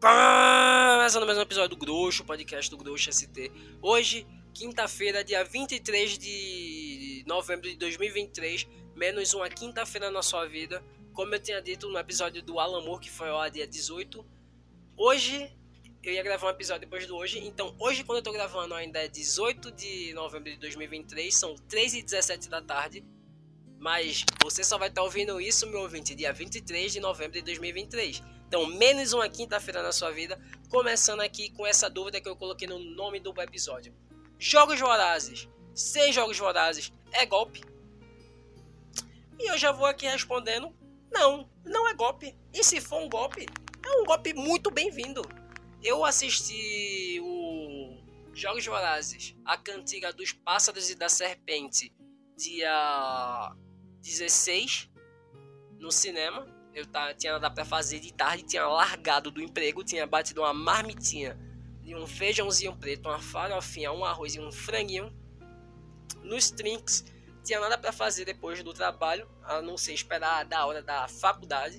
Começando mais um episódio do Groxo, podcast do Groxo ST. Hoje, quinta-feira, dia 23 de novembro de 2023, menos uma quinta-feira na sua vida. Como eu tinha dito no episódio do Alan Moore, que foi ao dia 18. Hoje, eu ia gravar um episódio depois do hoje. Então, hoje, quando eu tô gravando, ainda é 18 de novembro de 2023, são 3h17 da tarde. Mas você só vai estar ouvindo isso, meu ouvinte, dia 23 de novembro de 2023. Então, menos uma quinta-feira na sua vida, começando aqui com essa dúvida que eu coloquei no nome do episódio. Jogos Vorazes, sem Jogos Vorazes, é golpe? E eu já vou aqui respondendo, não é golpe. E se for um golpe, é um golpe muito bem-vindo. Eu assisti o Jogos Vorazes, a Cantiga dos Pássaros e da Serpente, dia 16, no cinema. Eu tinha nada pra fazer de tarde, tinha largado do emprego, tinha batido uma marmitinha de um feijãozinho preto, uma farofinha, um arroz e um franguinho nos trinks. Tinha nada pra fazer depois do trabalho, a não ser esperar da hora da faculdade.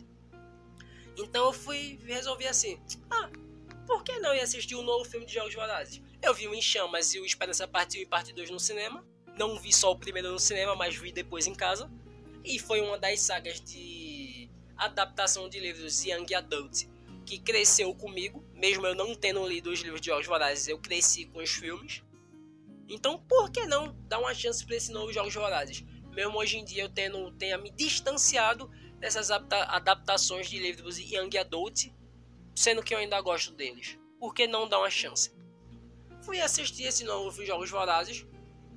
Então eu resolvi assim, por que não ir assistir um novo filme de Jogos Vorazes? Eu vi o Em Chamas e o Esperança Parte 1 e Parte 2 no cinema. Não vi só o primeiro no cinema, mas vi depois em casa. E foi uma das sagas de adaptação de livros Young Adult que cresceu comigo. Mesmo eu não tendo lido os livros de Jogos Vorazes, eu cresci com os filmes. Então, por que não dar uma chance para esse novo Jogos Vorazes? Mesmo hoje em dia eu tenha me distanciado dessas adaptações de livros Young Adult, sendo que eu ainda gosto deles. Por que não dar uma chance? Fui assistir esse novo Jogos Vorazes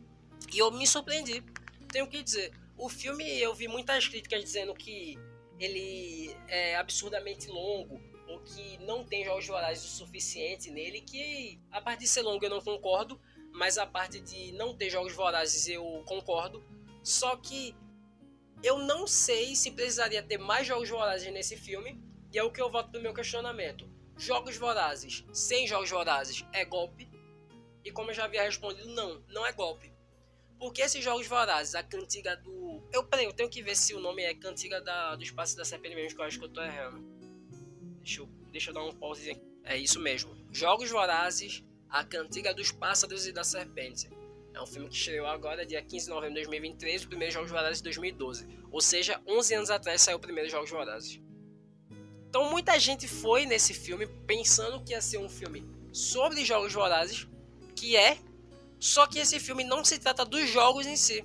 e eu me surpreendi. Tenho que dizer, o filme eu vi muitas críticas dizendo que ele é absurdamente longo, ou que não tem Jogos Vorazes o suficiente nele, que a parte de ser longo eu não concordo, mas a parte de não ter Jogos Vorazes eu concordo. Só que eu não sei se precisaria ter mais Jogos Vorazes nesse filme, e é o que eu voto pro meu questionamento. Jogos Vorazes sem Jogos Vorazes é golpe? E como eu já havia respondido, não é golpe. Porque esses Jogos Vorazes, a cantiga do... Eu tenho que ver se o nome é Cantiga do Espaço da Serpente mesmo, que eu acho que eu tô errando. Deixa eu dar um pause aqui. É isso mesmo. Jogos Vorazes, a Cantiga dos Pássaros e da Serpente. É um filme que estreou agora, dia 15 de novembro de 2013, o primeiro Jogos Vorazes de 2012. Ou seja, 11 anos atrás saiu o primeiro Jogos Vorazes. Então muita gente foi nesse filme pensando que ia ser um filme sobre Jogos Vorazes, que é... Só que esse filme não se trata dos jogos em si.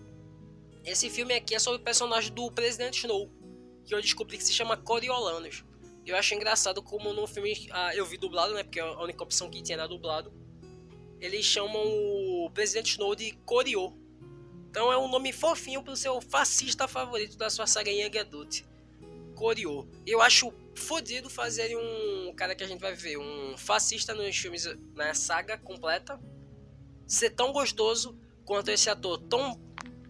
Esse filme aqui é sobre o personagem do Presidente Snow, que eu descobri que se chama Coriolanus. Eu acho engraçado como no filme eu vi dublado, né? Porque é a única opção que tinha era dublado. Eles chamam o Presidente Snow de Coriô. Então é um nome fofinho pro seu fascista favorito da sua saga Young Adult, Coriô. Eu acho fodido fazerem um cara que a gente vai ver, um fascista nos filmes, na saga completa, ser tão gostoso quanto esse ator Tom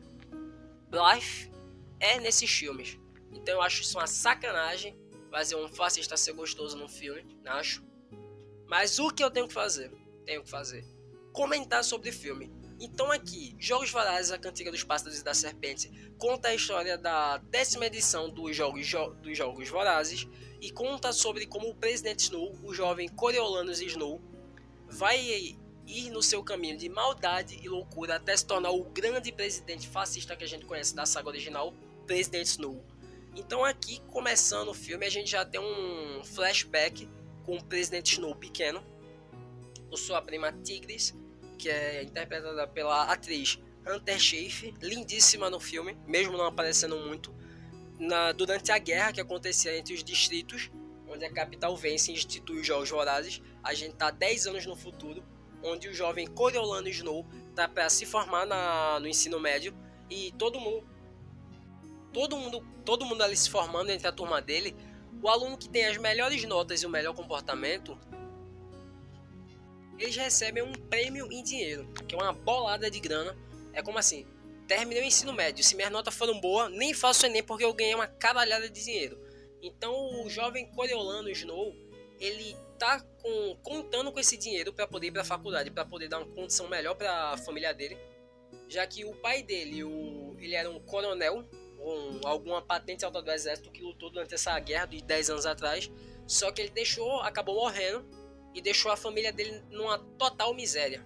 Blythe é nesses filmes. Então eu acho isso uma sacanagem fazer um fascista ser gostoso num filme, acho. Mas o que eu tenho que fazer? Comentar sobre o filme. Então aqui, Jogos Vorazes, a Cantiga dos Pássaros e da Serpente, conta a história da 10ª edição dos Jogos Vorazes e conta sobre como o Presidente Snow, o jovem Coriolanus Snow, vai ir no seu caminho de maldade e loucura até se tornar o grande presidente fascista que a gente conhece da saga original, Presidente Snow. Então aqui, começando o filme, a gente já tem um flashback com o Presidente Snow pequeno, com sua prima Tigris, que é interpretada pela atriz Hunter Schafer, lindíssima no filme, mesmo não aparecendo muito, durante a guerra que acontecia entre os distritos, onde a capital vence e institui os Jogos Vorazes. A gente está 10 anos no futuro, onde o jovem Coriolanus Snow está para se formar no ensino médio, e todo mundo ali se formando entre a turma dele. O aluno que tem as melhores notas e o melhor comportamento, eles recebem um prêmio em dinheiro, que é uma bolada de grana. É como assim, terminei o ensino médio, se minhas notas foram boas, nem faço Enem porque eu ganhei uma caralhada de dinheiro. Então o jovem Coriolanus Snow, ele tá contando com esse dinheiro para poder ir para a faculdade, para poder dar uma condição melhor para a família dele, já que o pai dele, ele era um coronel com alguma patente alta do exército que lutou durante essa guerra de 10 anos atrás. Só que ele acabou morrendo e deixou a família dele numa total miséria.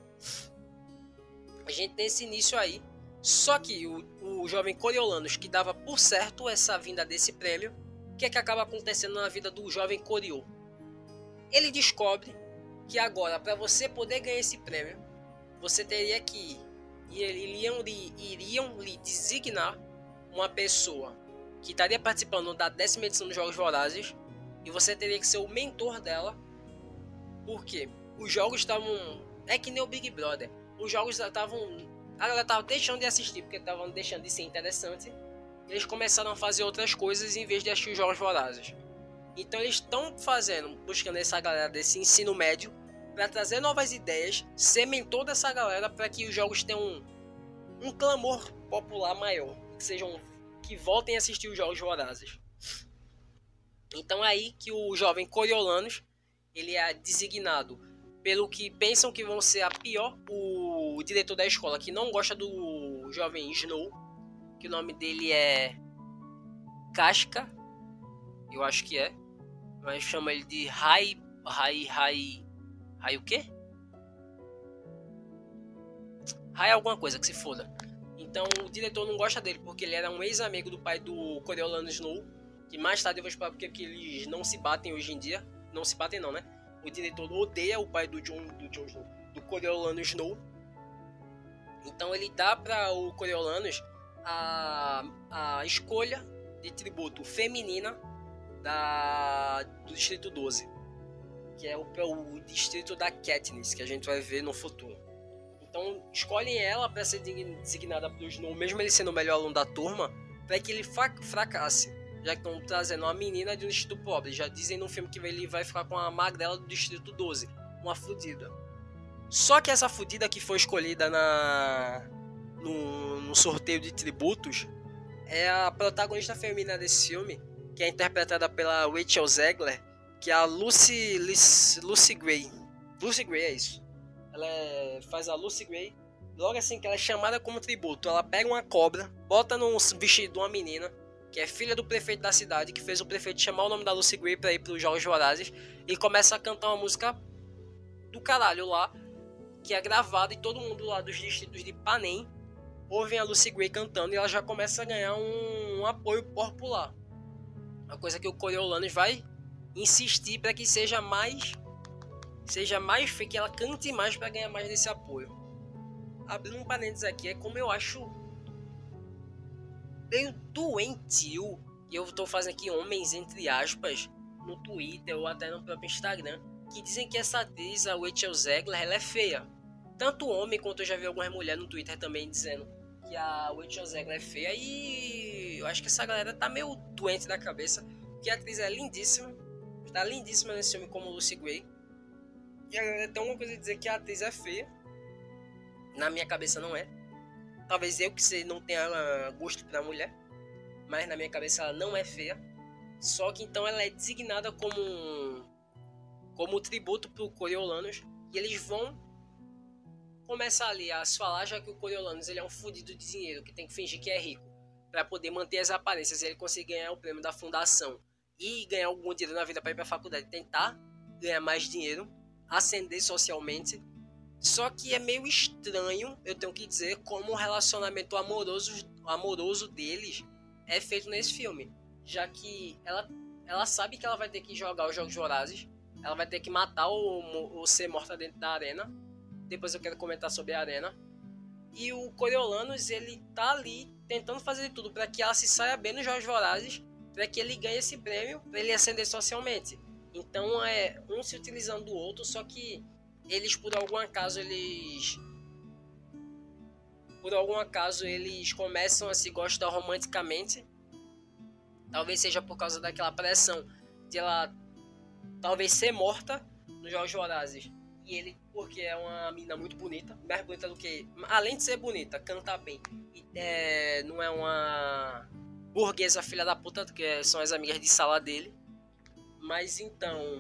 A gente tem esse início aí. Só que o jovem Coriolanus, que dava por certo essa vinda desse prêmio, o que é que acaba acontecendo na vida do jovem Coriol? Ele descobre que agora, para você poder ganhar esse prêmio, você teria que iriam lhe designar uma pessoa que estaria participando da 10ª edição dos Jogos Vorazes, e você teria que ser o mentor dela. Por quê? Os jogos estavam... É que nem o Big Brother. Os jogos estavam... A galera estava deixando de assistir porque estavam deixando de ser interessante. Eles começaram a fazer outras coisas em vez de assistir os Jogos Vorazes. Então eles estão buscando essa galera desse ensino médio para trazer novas ideias, ser mentor dessa galera para que os jogos tenham um clamor popular maior, que voltem a assistir os Jogos Vorazes. Então é aí que o jovem Coriolanus, ele é designado pelo que pensam que vão ser o diretor da escola, que não gosta do jovem Snow, que o nome dele é Casca, eu acho que é, mas chama ele de Rai o quê? Rai alguma coisa, que se foda. Então o diretor não gosta dele porque ele era um ex-amigo do pai do Coriolanus Snow, que mais tarde eu vou explicar porque eles não se batem hoje em dia. Não se batem não, né? O diretor odeia o pai do Coriolanus Snow. Então ele dá para o Coriolanus a escolha de tributo feminina do Distrito 12, que é o distrito da Katniss, que a gente vai ver no futuro. Então escolhem ela para ser designada para o Snow, mesmo ele sendo o melhor aluno da turma, para que ele fracasse, já que estão trazendo uma menina de um distrito pobre. Já dizem no filme que ele vai ficar com a magrela do Distrito 12, uma fudida. Só que essa fudida que foi escolhida no sorteio de tributos é a protagonista feminina desse filme, que é interpretada pela Rachel Zegler, que é a Lucy Gray. Lucy Gray é isso. Ela faz a Lucy Gray. Logo assim que ela é chamada como tributo, ela pega uma cobra, bota num vestido de uma menina, que é filha do prefeito da cidade, que fez o prefeito chamar o nome da Lucy Gray pra ir pros Jogos Vorazes, e começa a cantar uma música do caralho lá, que é gravada, e todo mundo lá dos distritos de Panem ouvem a Lucy Gray cantando, e ela já começa a ganhar um apoio popular. Uma coisa que o Coriolanus vai insistir para que seja mais, que ela cante mais para ganhar mais desse apoio. Abrindo um parênteses aqui, é como eu acho meio doentio, e eu estou fazendo aqui homens entre aspas no Twitter ou até no próprio Instagram, que dizem que essa atriz, a Rachel Zegler, ela é feia. Tanto homem quanto eu já vi algumas mulheres no Twitter também dizendo que a Rachel Zegler é feia, e eu acho que essa galera tá meio doente da cabeça, porque a atriz é lindíssima, tá lindíssima nesse filme como Lucy Gray, e a galera tem uma coisa de dizer que a atriz é feia. Na minha cabeça não é. Talvez eu que não tenha gosto pra mulher, mas na minha cabeça ela não é feia. Só que então ela é designada como tributo pro Coriolanus, e eles vão começar ali a se falar, já que o Coriolanus ele é um fudido de dinheiro, que tem que fingir que é rico para poder manter as aparências, e ele conseguir ganhar o prêmio da fundação e ganhar algum dinheiro na vida para ir para a faculdade, tentar ganhar mais dinheiro, ascender socialmente. Só que é meio estranho, eu tenho que dizer, como o relacionamento amoroso deles é feito nesse filme, já que ela sabe que ela vai ter que jogar os Jogos Vorazes, ela vai ter que matar ou ser morta dentro da arena. Depois eu quero comentar sobre a arena. E o Coriolanus, ele tá ali tentando fazer de tudo para que ela se saia bem nos Jogos Vorazes, para que ele ganhe esse prêmio, para ele ascender socialmente. Então é um se utilizando do outro, só que eles por algum acaso eles começam a se gostar romanticamente. Talvez seja por causa daquela pressão de ela talvez ser morta nos Jogos Vorazes. E ele, porque é uma menina muito bonita, mais bonita do que... Além de ser bonita, canta bem. E não é uma burguesa filha da puta, que são as amigas de sala dele. Mas então...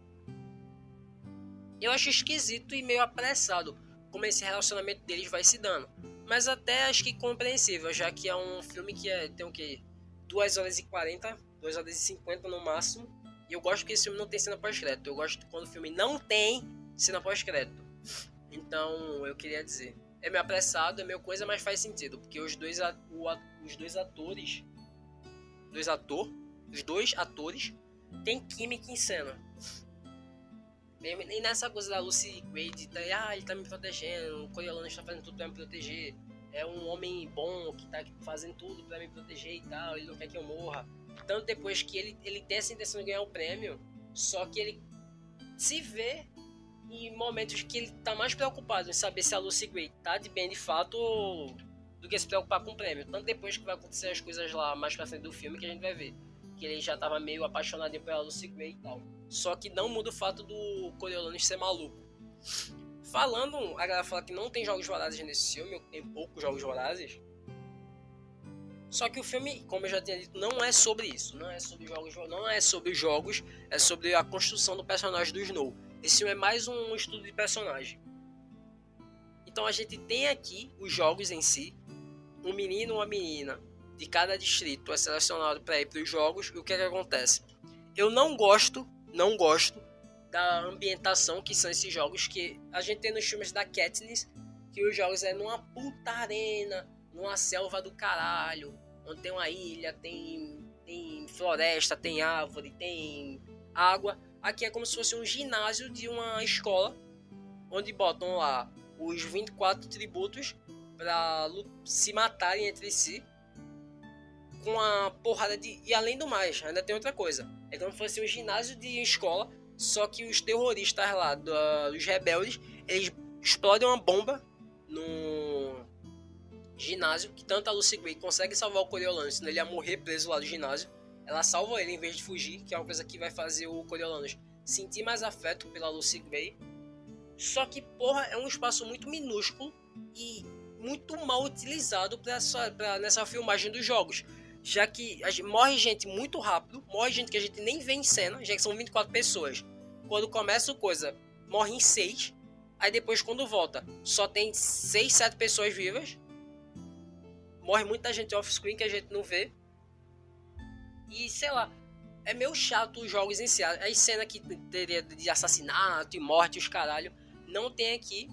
eu acho esquisito e meio apressado como esse relacionamento deles vai se dando. Mas até acho que compreensível, já que é um filme que tem o quê? 2 horas e 40, 2 horas e 50 no máximo. E eu gosto que esse filme não tem cena pós-crédito. Eu gosto quando o filme não tem cena pós-crédito. Então, eu queria dizer. É meio apressado, é meio coisa, mas faz sentido. Porque os dois atores... Os dois atores têm química em cena. E nessa coisa da Lucy Gray de ele tá me protegendo, o Coriolanus está fazendo tudo pra me proteger, é um homem bom que tá fazendo tudo pra me proteger e tal, ele não quer que eu morra. Tanto depois que ele tem essa intenção de ganhar o prêmio, só que ele se vê em momentos que ele tá mais preocupado em saber se a Lucy Gray tá de bem de fato do que se preocupar com o prêmio. Tanto depois que vai acontecer as coisas lá mais pra frente do filme que a gente vai ver que ele já tava meio apaixonadinho pela Lucy Gray e tal. Só que não muda o fato do Coriolanus ser maluco. Falando, a galera fala que não tem jogos vorazes nesse filme, tem poucos jogos vorazes. Só que o filme, como eu já tinha dito, não é sobre isso. Não é sobre jogos, é sobre a construção do personagem do Snow. Esse filme é mais um estudo de personagem. Então a gente tem aqui os jogos em si. Um menino ou uma menina de cada distrito é selecionado para ir para os jogos. E o que é que acontece? Eu não gosto da ambientação que são esses jogos que a gente tem nos filmes da Katniss, que os jogos é numa puta arena, numa selva do caralho, onde tem uma ilha, tem floresta, tem árvore, tem água. Aqui é como se fosse um ginásio de uma escola, onde botam lá os 24 tributos para se matarem entre si com uma porrada de... E além do mais, ainda tem outra coisa. É como se fosse um ginásio de escola, só que os terroristas lá, dos rebeldes, eles explodem uma bomba no ginásio, que tanto a Lucy Gray consegue salvar o Coriolanus, senão ele ia morrer preso lá do ginásio. Ela salva ele em vez de fugir, que é uma coisa que vai fazer o Coriolanus sentir mais afeto pela Lucy Gray. Só que, porra, é um espaço muito minúsculo e muito mal utilizado nessa filmagem dos jogos. Já que morre gente muito rápido, morre gente que a gente nem vê em cena, já que são 24 pessoas. Quando começa a coisa, morre em 6. Aí depois, quando volta, só tem 6, 7 pessoas vivas. Morre muita gente off-screen que a gente não vê. E, sei lá, é meio chato os jogos em si. As cenas que teria de assassinato e morte, os caralho, não tem aqui.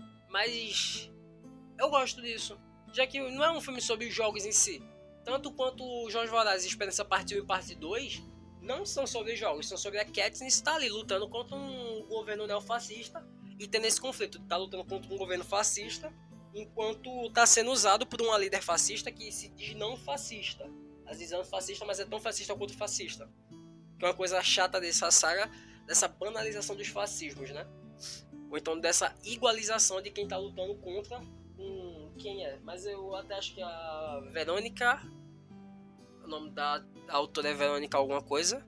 Mas eu gosto disso. Já que não é um filme sobre os jogos em si. Tanto quanto o Jogos Vorazes e Esperança Parte 1 e Parte 2 não são sobre jogos, são sobre a Katniss estar ali lutando contra um governo neofascista e tendo esse conflito, tá lutando contra um governo fascista enquanto está sendo usado por uma líder fascista que se diz não fascista. Ela diz não fascista, mas é tão fascista quanto fascista. Que é uma coisa chata dessa saga, dessa banalização dos fascismos, né? Ou então dessa igualização de quem está lutando contra quem é. Mas eu até acho que a Verônica... O nome da autora é Verônica alguma coisa.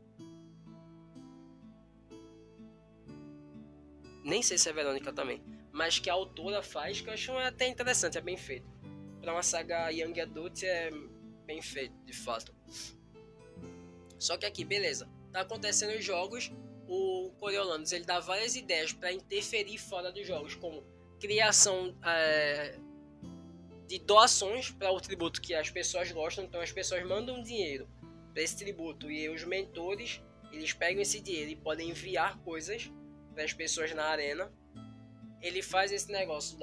Nem sei se é Verônica também. Mas que a autora faz, que eu acho até interessante, é bem feito. Pra uma saga Young Adult é bem feito, de fato. Só que aqui, beleza. Tá acontecendo os jogos, o Coriolanus, ele dá várias ideias para interferir fora dos jogos, como criação de doações para o tributo que as pessoas gostam. Então as pessoas mandam dinheiro para esse tributo e os mentores, eles pegam esse dinheiro e podem enviar coisas para as pessoas na arena. Ele faz esse negócio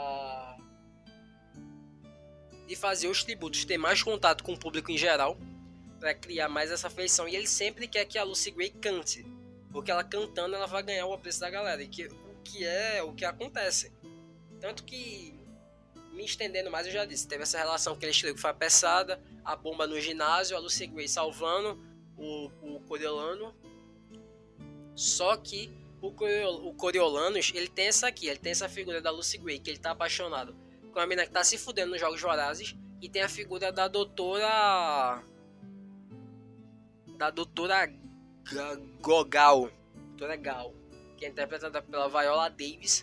de fazer os tributos ter mais contato com o público em geral, para criar mais essa afeição. E ele sempre quer que a Lucy Gray cante, porque ela cantando ela vai ganhar o apreço da galera, e o que acontece. Tanto que, me estendendo mais, eu já disse, teve essa relação que eles que foi pesada, a bomba no ginásio, a Lucy Gray salvando o Coriolano. Só que o Coriolanus, ele tem essa figura da Lucy Gray, que ele tá apaixonado com a menina que tá se fudendo nos Jogos Vorazes, e tem a figura da doutora Gal, que é interpretada pela Viola Davis,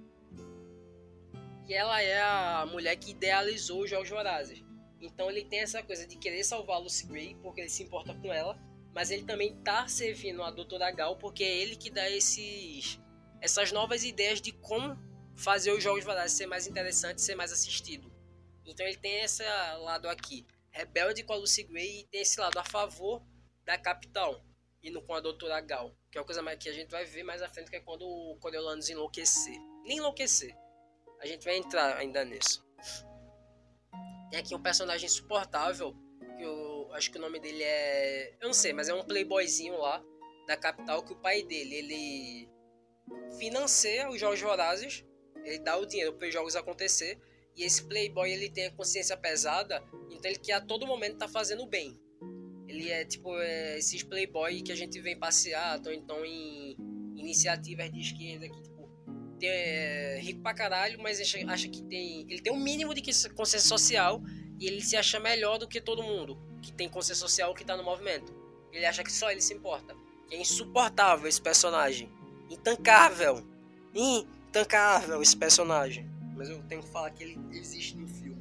e ela é a mulher que idealizou os Jogos Vorazes. Então ele tem essa coisa de querer salvar a Lucy Gray porque ele se importa com ela, mas ele também tá servindo a doutora Gal porque é ele que dá essas novas ideias de como fazer os Jogos Vorazes ser mais interessante, ser mais assistido. Então ele tem esse lado aqui rebelde com a Lucy Gray e tem esse lado a favor da capital. indo com a doutora Gal, que é uma coisa mais que a gente vai ver mais à frente, que é quando o Coriolanus enlouquecer. Nem enlouquecer. A gente vai entrar ainda nisso. Tem aqui um personagem insuportável, que eu acho que o nome dele é... eu não sei, mas é um playboyzinho lá da capital, que o pai dele, ele financia os Jogos Vorazes, ele dá o dinheiro para os jogos acontecer, e esse playboy, ele tem a consciência pesada, então ele quer a todo momento estar fazendo bem. Ele é tipo esses playboy que a gente vem passear, ou então em iniciativas de esquerda, que tipo, rico pra caralho, mas acha que ele tem um mínimo de consciência social, e ele se acha melhor do que todo mundo que tem consciência social, que tá no movimento. Ele acha que só ele se importa. É insuportável esse personagem. Intancável esse personagem. Mas eu tenho que falar que ele existe no filme.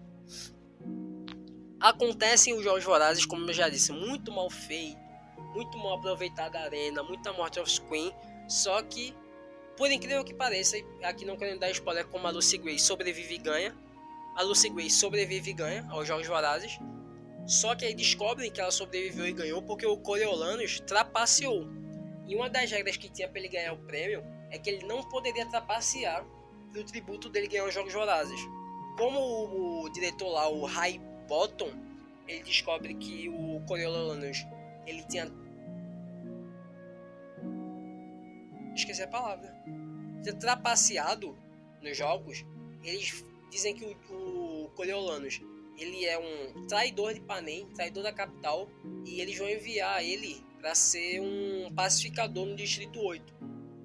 Acontecem os Jogos Vorazes, como eu já disse, muito mal feito, muito mal aproveitado a arena, muita morte of Queen. Só que, por incrível que pareça, aqui não querendo dar spoiler, como a Lucy Gray sobrevive e ganha. A Lucy Gray sobrevive e ganha aos Jogos Vorazes. Só que aí descobrem que ela sobreviveu e ganhou porque o Coriolanus trapaceou. E uma das regras que tinha para ele ganhar o prêmio é que ele não poderia trapacear o tributo dele ganhar os Jogos Vorazes. Como o diretor lá, o Ray Bottom, ele descobre que o Coriolanus, ele tinha... esqueci a palavra. Tinha trapaceado nos jogos. Eles dizem que o Coriolanus, ele é um traidor de Panem, traidor da capital, e eles vão enviar ele para ser um pacificador no Distrito 8.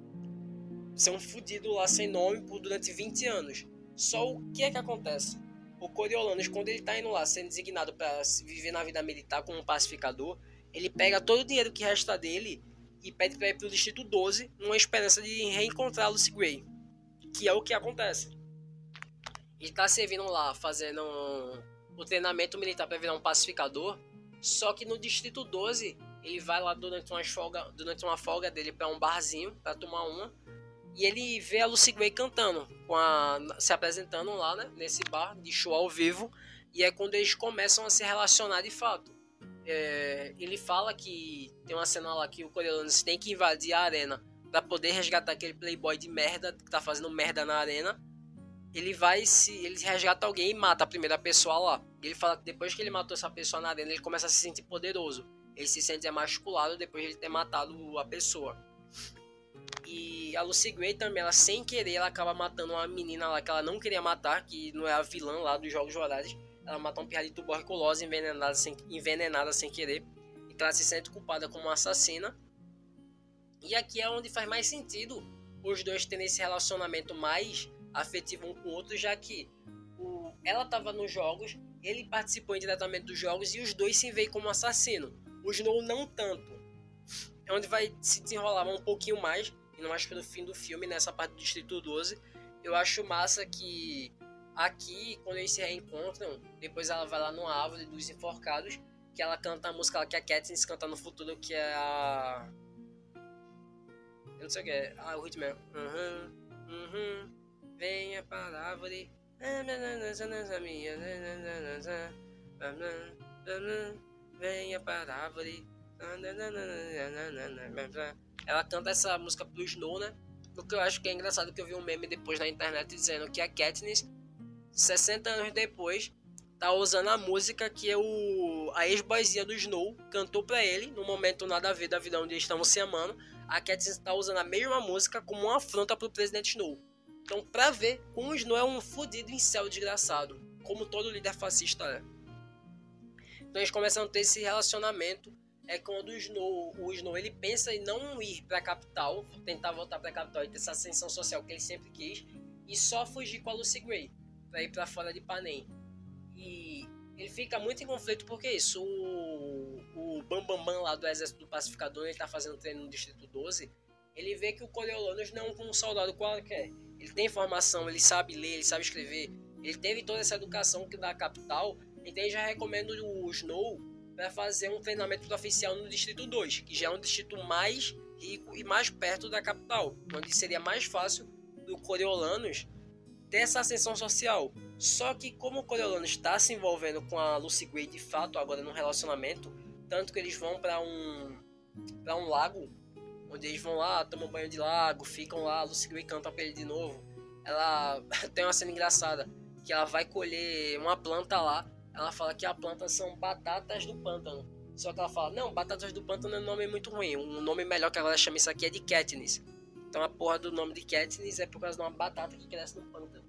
Ser um fudido lá sem nome durante 20 anos. Só o que é que acontece? O Coriolanus, quando ele tá indo lá sendo designado para viver na vida militar como um pacificador, ele pega todo o dinheiro que resta dele e pede para ir pro Distrito 12, numa esperança de reencontrar Lucy Gray, que é o que acontece. Ele tá servindo lá, fazendo o treinamento militar para virar um pacificador, só que no Distrito 12 ele vai lá durante uma folga dele para um barzinho para tomar uma, e ele vê a Lucy Gray cantando, se apresentando lá, né, nesse bar de show ao vivo, e é quando eles começam a se relacionar de fato. Ele fala que tem uma cena lá que o Coriolanus tem que invadir a arena para poder resgatar aquele playboy de merda que tá fazendo merda na arena. Ele resgata alguém e mata a primeira pessoa lá. Ele fala que depois que ele matou essa pessoa na arena, ele começa a se sentir poderoso. Ele se sente emasculado depois de ele ter matado a pessoa. E a Lucy Gray também, ela sem querer, ela acaba matando uma menina lá que ela não queria matar, que não é a vilã lá dos Jogos Vorazes. Ela mata um pirra de tuberculose envenenada sem querer. Então ela se sente culpada como uma assassina. E aqui é onde faz mais sentido os dois terem esse relacionamento mais afetivo um com o outro, já que ela estava nos jogos, ele participou indiretamente dos jogos e os dois se veem como assassino. O Snow não tanto. É onde vai se desenrolar um pouquinho mais, indo mais pelo fim do filme, nessa parte do Distrito 12. Eu acho massa que aqui, quando eles se reencontram, depois ela vai lá numa árvore dos enforcados, que ela canta a música lá que a Katniss canta no futuro, que é a... eu não sei o que é. O ritmo é... venha para a árvore, venha para a árvore. Ela canta essa música pro Snow, né? O que eu acho que é engraçado, que eu vi um meme depois na internet dizendo que a Katniss, 60 anos depois, tá usando a música que a ex-boyzinha do Snow cantou pra ele no momento nada a ver da vida onde eles estavam se amando. A Katniss tá usando a mesma música como uma afronta pro presidente Snow. Então, pra ver como o Snow é um fudido incel desgraçado, como todo líder fascista é. Então eles começam a ter esse relacionamento. É quando o Snow ele pensa em não ir pra capital, tentar voltar pra capital e ter essa ascensão social que ele sempre quis, e só fugir com a Lucy Gray pra ir pra fora de Panem. E ele fica muito em conflito porque isso, o Bambambam lá do Exército do Pacificador, ele tá fazendo treino no Distrito 12, ele vê que o Coriolanus não é um soldado qualquer. Ele tem formação, ele sabe ler, ele sabe escrever, ele teve toda essa educação que da capital, então ele já recomenda o Snow para fazer um treinamento oficial no Distrito 2, que já é um distrito mais rico e mais perto da capital, onde seria mais fácil do Coriolanus ter essa ascensão social. Só que como o Coriolanus está se envolvendo com a Lucy Gray de fato agora num relacionamento, tanto que eles vão para pra um lago, onde eles vão lá, tomam banho de lago, ficam lá, a Lucy Gray canta pra ele de novo. Ela tem uma cena engraçada, que ela vai colher uma planta lá, ela fala que a planta são batatas do pântano. Só que ela fala, não, batatas do pântano é um nome muito ruim, um nome melhor que ela chama isso aqui é de Katniss. Então a porra do nome de Katniss é por causa de uma batata que cresce no pântano.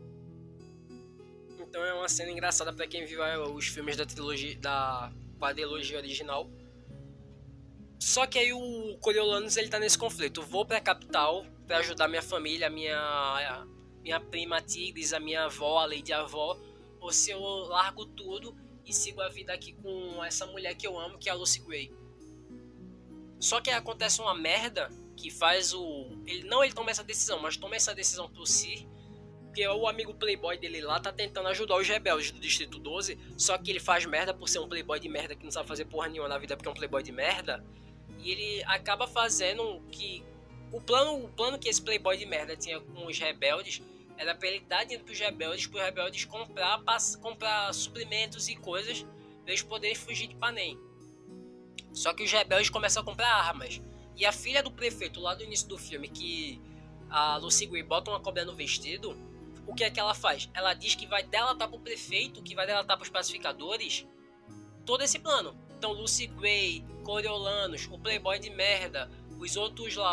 Então é uma cena engraçada pra quem viu os filmes da trilogia, da quadrilogia original. Só que aí o Coriolanus ele tá nesse conflito. Vou pra capital pra ajudar minha família, minha prima Tigris, a minha avó, a Lady Avó. Ou se eu largo tudo e sigo a vida aqui com essa mulher que eu amo, que é a Lucy Gray. Só que aí acontece uma merda que faz ele toma essa decisão, mas toma essa decisão por si. Porque o amigo playboy dele lá tá tentando ajudar os rebeldes do Distrito 12. Só que ele faz merda por ser um playboy de merda que não sabe fazer porra nenhuma na vida porque é um playboy de merda. E ele acaba fazendo que... O plano que esse playboy de merda tinha com os rebeldes era pra ele dar dinheiro pros rebeldes comprar suprimentos e coisas pra eles poderem fugir de Panem. Só que os rebeldes começam a comprar armas. E a filha do prefeito lá do início do filme, que a Lucy Gray bota uma cobra no vestido, o que é que ela faz? Ela diz que vai delatar pro prefeito, que vai delatar pros pacificadores, todo esse plano. Então Lucy Gray, Coriolanus, o playboy de merda, os outros lá,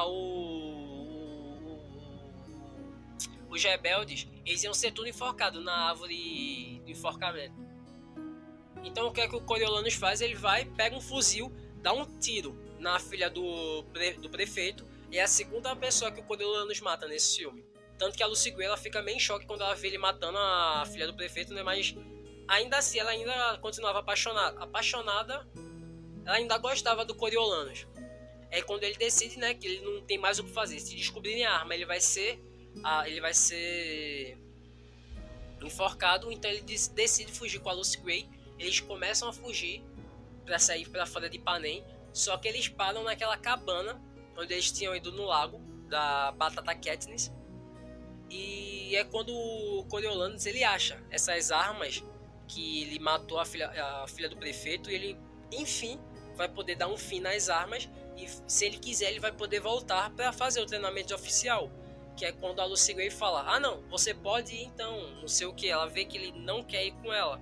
os rebeldes, eles iam ser tudo enforcados na árvore do enforcamento. Então o que é que o Coriolanus faz? Ele vai, pega um fuzil, dá um tiro na filha do prefeito, e é a segunda pessoa que o Coriolanus mata nesse filme. Tanto que a Lucy Gray ela fica meio em choque quando ela vê ele matando a filha do prefeito, né? Mas ainda assim ela ainda continuava apaixonada, ela ainda gostava do Coriolanus. É quando ele decide, né, que ele não tem mais o que fazer. Se descobrirem a arma, ele vai ser enforcado. Então ele decide fugir com a Lucy Gray. Eles começam a fugir para sair para fora de Panem. Só que eles param naquela cabana onde eles tinham ido no lago da Batata Katniss. E é quando o Coriolanus ele acha essas armas que ele matou a filha do prefeito. E ele, enfim, vai poder dar um fim nas armas. E se ele quiser, ele vai poder voltar para fazer o treinamento de oficial. Que é quando a Lucy Gray fala, ah não, você pode ir então, não sei o que. Ela vê que ele não quer ir com ela.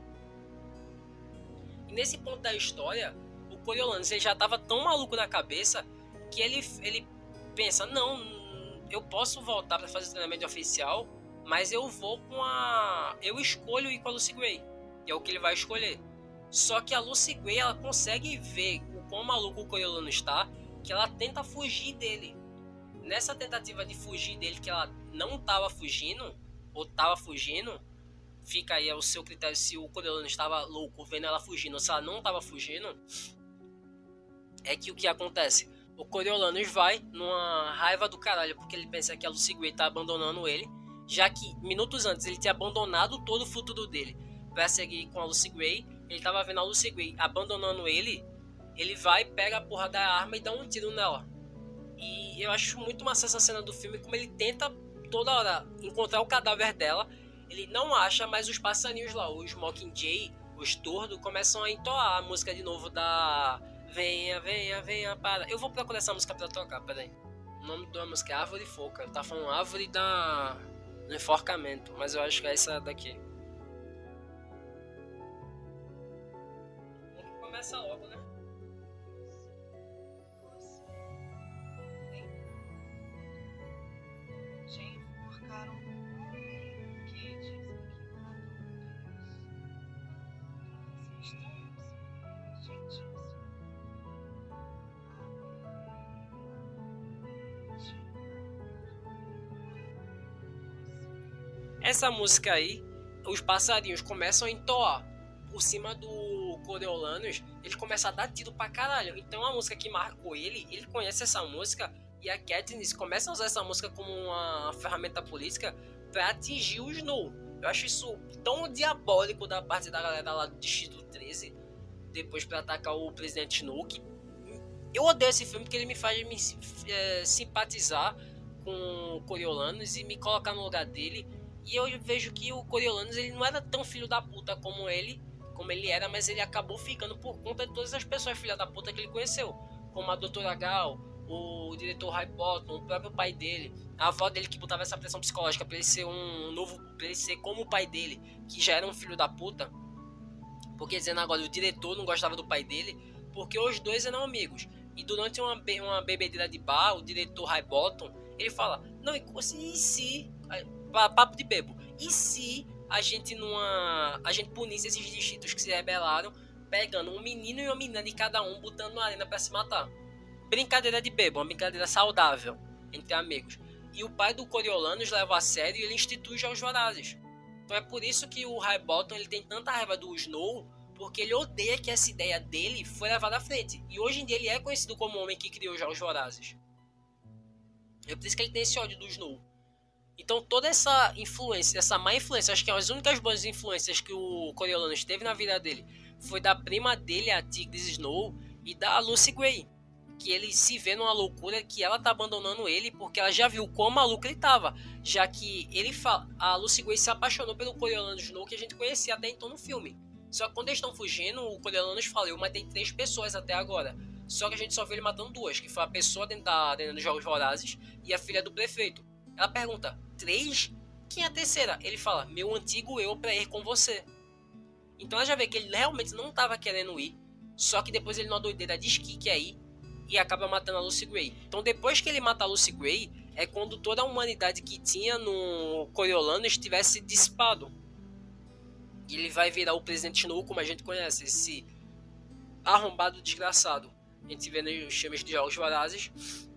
E nesse ponto da história, o Coriolanus ele já estava tão maluco na cabeça que ele pensa, não, eu posso voltar para fazer o treinamento de oficial, mas eu escolho ir com a Lucy Gray. E é o que ele vai escolher. Só que a Lucy Gray ela consegue ver o quão maluco o Coriolanus está, que ela tenta fugir dele. Nessa tentativa de fugir dele, que ela não estava fugindo, ou estava fugindo, fica aí ao seu critério se o Coriolanus estava louco vendo ela fugindo ou se ela não estava fugindo. É que o que acontece? O Coriolanus vai numa raiva do caralho, porque ele pensa que a Lucy Gray está abandonando ele, já que minutos antes ele tinha abandonado todo o futuro dele para seguir com a Lucy Gray. Ele estava vendo a Lucy Gray abandonando ele. Ele vai, pega a porra da arma e dá um tiro nela. E eu acho muito massa essa cena do filme, como ele tenta toda hora encontrar o cadáver dela. Ele não acha, mas os passarinhos lá, os Mockingjay, os Tordo, começam a entoar a música de novo da... Venha, venha, venha, para... Eu vou procurar essa música pra tocar, peraí. O nome da música é Árvore Foca. Eu tava falando Árvore do Enforcamento, mas eu acho que é essa daqui. Começa logo, né? Essa música aí, os passarinhos começam a entoar por cima do Coriolanus, ele começa a dar tiro pra caralho. Então a música que marcou ele conhece essa música, e a Katniss começa a usar essa música como uma ferramenta política pra atingir o Snow. Eu acho isso tão diabólico da parte da galera lá do Distrito 13, depois pra atacar o presidente Snow, que eu odeio esse filme porque ele me faz simpatizar com o Coriolanus e me colocar no lugar dele. E eu vejo que o Coriolanus ele não era tão filho da puta como ele era, mas ele acabou ficando por conta de todas as pessoas filha da puta que ele conheceu. como a Doutora Gal, o diretor Highbottom, o próprio pai dele, a avó dele que botava essa pressão psicológica pra ele ser pra ele ser como o pai dele, que já era um filho da puta. Porque dizendo agora, o diretor não gostava do pai dele, porque os dois eram amigos. E durante uma bebedeira de bar, o diretor Highbottom, ele fala, não, e se papo de bebo, e se a gente punisse esses distritos que se rebelaram, pegando um menino e uma menina de cada um, botando na arena pra se matar. Brincadeira de bebo, uma brincadeira saudável entre amigos. E o pai do Coriolanus leva a sério e ele institui Jogos Vorazes. Então é por isso que o Highbottom ele tem tanta raiva do Snow, porque ele odeia que essa ideia dele foi levada à frente. E hoje em dia ele é conhecido como o homem que criou os Jogos Vorazes. É por isso que ele tem esse ódio do Snow. Então toda essa influência, essa má influência, acho que as únicas boas influências que o Coriolanus teve na vida dele foi da prima dele, a Tigris Snow, e da Lucy Gray. Que ele se vê numa loucura que ela tá abandonando ele porque ela já viu quão maluco ele tava. Já que a Lucy Gray se apaixonou pelo Coriolanus Snow que a gente conhecia até então no filme. Só que quando eles estão fugindo, o Coriolanus fala, eu matei 3 pessoas até agora. Só que a gente só viu ele matando 2, que foi a pessoa dentro dos Jogos Vorazes e a filha do prefeito. Ela pergunta, 3? Quem é a terceira? Ele fala, meu antigo eu pra ir com você. Então ela já vê que ele realmente não tava querendo ir, só que depois ele numa doideira diz que quer ir e acaba matando a Lucy Gray. Então depois que ele mata a Lucy Gray, é quando toda a humanidade que tinha no Coriolanus tivesse dissipado. E ele vai virar o Presidente Snow como a gente conhece, esse arrombado desgraçado. A gente vê nos filmes de Jogos Vorazes.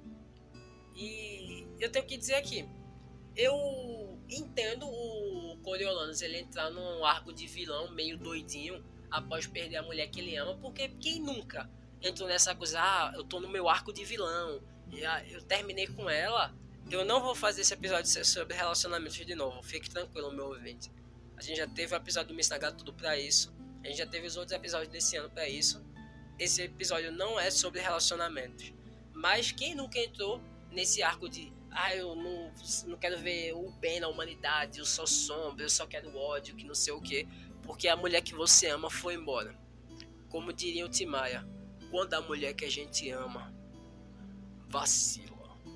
E eu tenho que dizer aqui, eu entendo o Coriolanus ele entrar num arco de vilão meio doidinho após perder a mulher que ele ama, porque quem nunca entrou nessa coisa, eu tô no meu arco de vilão, eu terminei com ela. Eu não vou fazer esse episódio sobre relacionamentos de novo, fique tranquilo, meu ouvinte. A gente já teve o episódio do Mr. Gato tudo pra isso, a gente já teve os outros episódios desse ano pra isso. Esse episódio não é sobre relacionamentos, mas quem nunca entrou nesse arco de eu não quero ver o bem na humanidade, eu sou sombra, eu só quero ódio, que não sei o que, porque a mulher que você ama foi embora. Como diria o Tim Maia, quando a mulher que a gente ama vacila.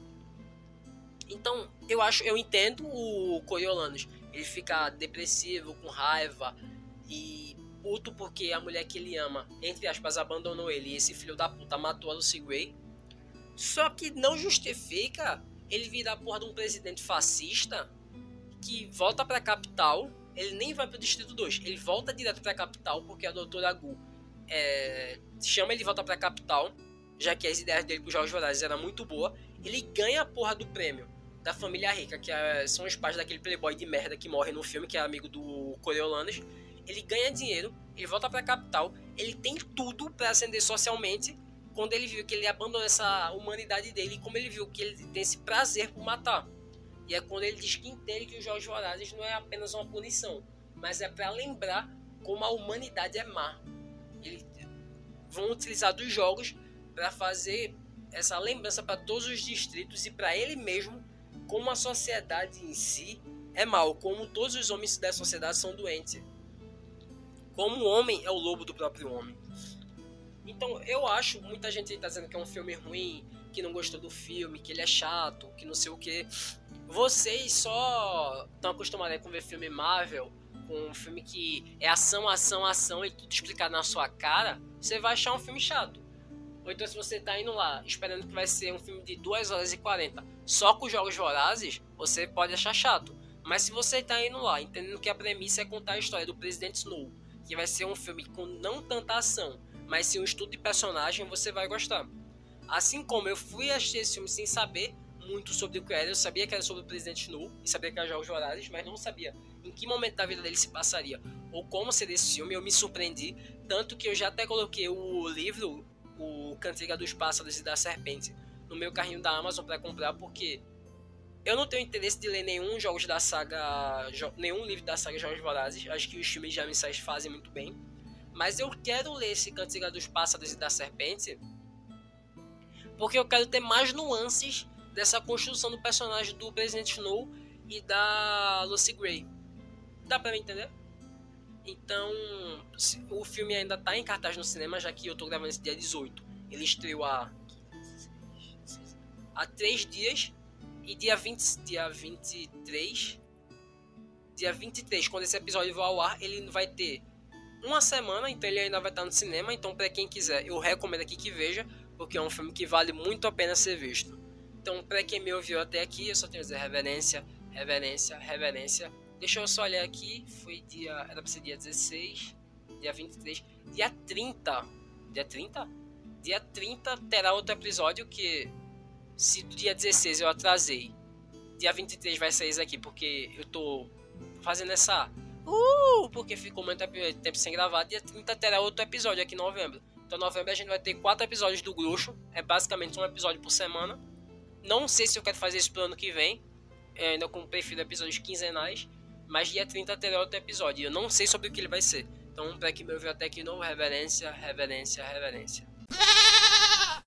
Então eu entendo o Coriolanus, ele fica depressivo, com raiva e puto porque a mulher que ele ama, entre aspas, abandonou ele e esse filho da puta matou a Lucy Gray. Só que não justifica ele virar a porra de um presidente fascista que volta pra capital. Ele nem vai pro Distrito 2, ele volta direto pra capital porque a doutora Gu chama ele de volta pra capital, já que as ideias dele pros Jogos Vorazes eram muito boas. Ele ganha a porra do prêmio da família rica, que são os pais daquele playboy de merda que morre no filme, que é amigo do Coriolanus. Ele ganha dinheiro, ele volta pra capital, ele tem tudo pra ascender socialmente. Quando ele viu que ele abandonou essa humanidade dele, e como ele viu que ele tem esse prazer por matar. E é quando ele diz que entende que os Jogos Vorazes não é apenas uma punição, mas é para lembrar como a humanidade é má. Eles vão utilizar dos jogos para fazer essa lembrança para todos os distritos e para ele mesmo, como a sociedade em si é mal, como todos os homens da sociedade são doentes. Como o homem é o lobo do próprio homem. Então eu acho, muita gente está dizendo que é um filme ruim, que não gostou do filme, que ele é chato, que não sei o que. Vocês só estão acostumados com ver filme Marvel, com um filme que é ação, ação, ação e tudo explicado na sua cara, você vai achar um filme chato. Ou então se você tá indo lá esperando que vai ser um filme de 2 horas e 40 só com Jogos Vorazes, você pode achar chato. Mas se você tá indo lá entendendo que a premissa é contar a história do Presidente Snow, que vai ser um filme com não tanta ação, mas sim um estudo de personagem, você vai gostar. Assim como eu fui assistir esse filme sem saber muito sobre o que era, eu sabia que era sobre o Presidente Snow e sabia que era Jogos Vorazes, mas não sabia em que momento da vida dele se passaria ou como seria esse filme. Eu me surpreendi, tanto que eu já até coloquei o livro, o Cantiga dos Pássaros e da Serpente, no meu carrinho da Amazon para comprar, porque eu não tenho interesse de ler nenhum livro da saga Jogos Vorazes. Acho que os filmes já me fazem muito bem, mas eu quero ler esse Cantiga dos Pássaros e da Serpente porque eu quero ter mais nuances dessa construção do personagem do Presidente Snow e da Lucy Gray. Dá pra me entender? Então, o filme ainda tá em cartaz no cinema, já que eu tô gravando esse dia 18. Ele estreou há há 3 dias. E dia 23, quando esse episódio for ao ar, ele vai ter uma semana, então ele ainda vai estar no cinema. Então, para quem quiser, eu recomendo aqui que veja, porque é um filme que vale muito a pena ser visto. Então, para quem me ouviu até aqui, eu só tenho a dizer reverência, reverência, reverência. Deixa eu só olhar aqui, era pra ser dia 16, dia 23, dia 30. Dia 30 terá outro episódio que, se do dia 16 eu atrasei, dia 23 vai sair isso aqui, porque eu tô fazendo essa... porque ficou muito tempo sem gravar. Dia 30 terá outro episódio aqui em novembro. Então, em novembro a gente vai ter 4 episódios do Groucho. É basicamente um episódio por semana. Não sei se eu quero fazer isso pro ano que vem. Eu ainda prefiro episódios quinzenais. Mas dia 30 terá outro episódio. E eu não sei sobre o que ele vai ser. Então, para quem me ouviu até aqui, novo, reverência, reverência, reverência.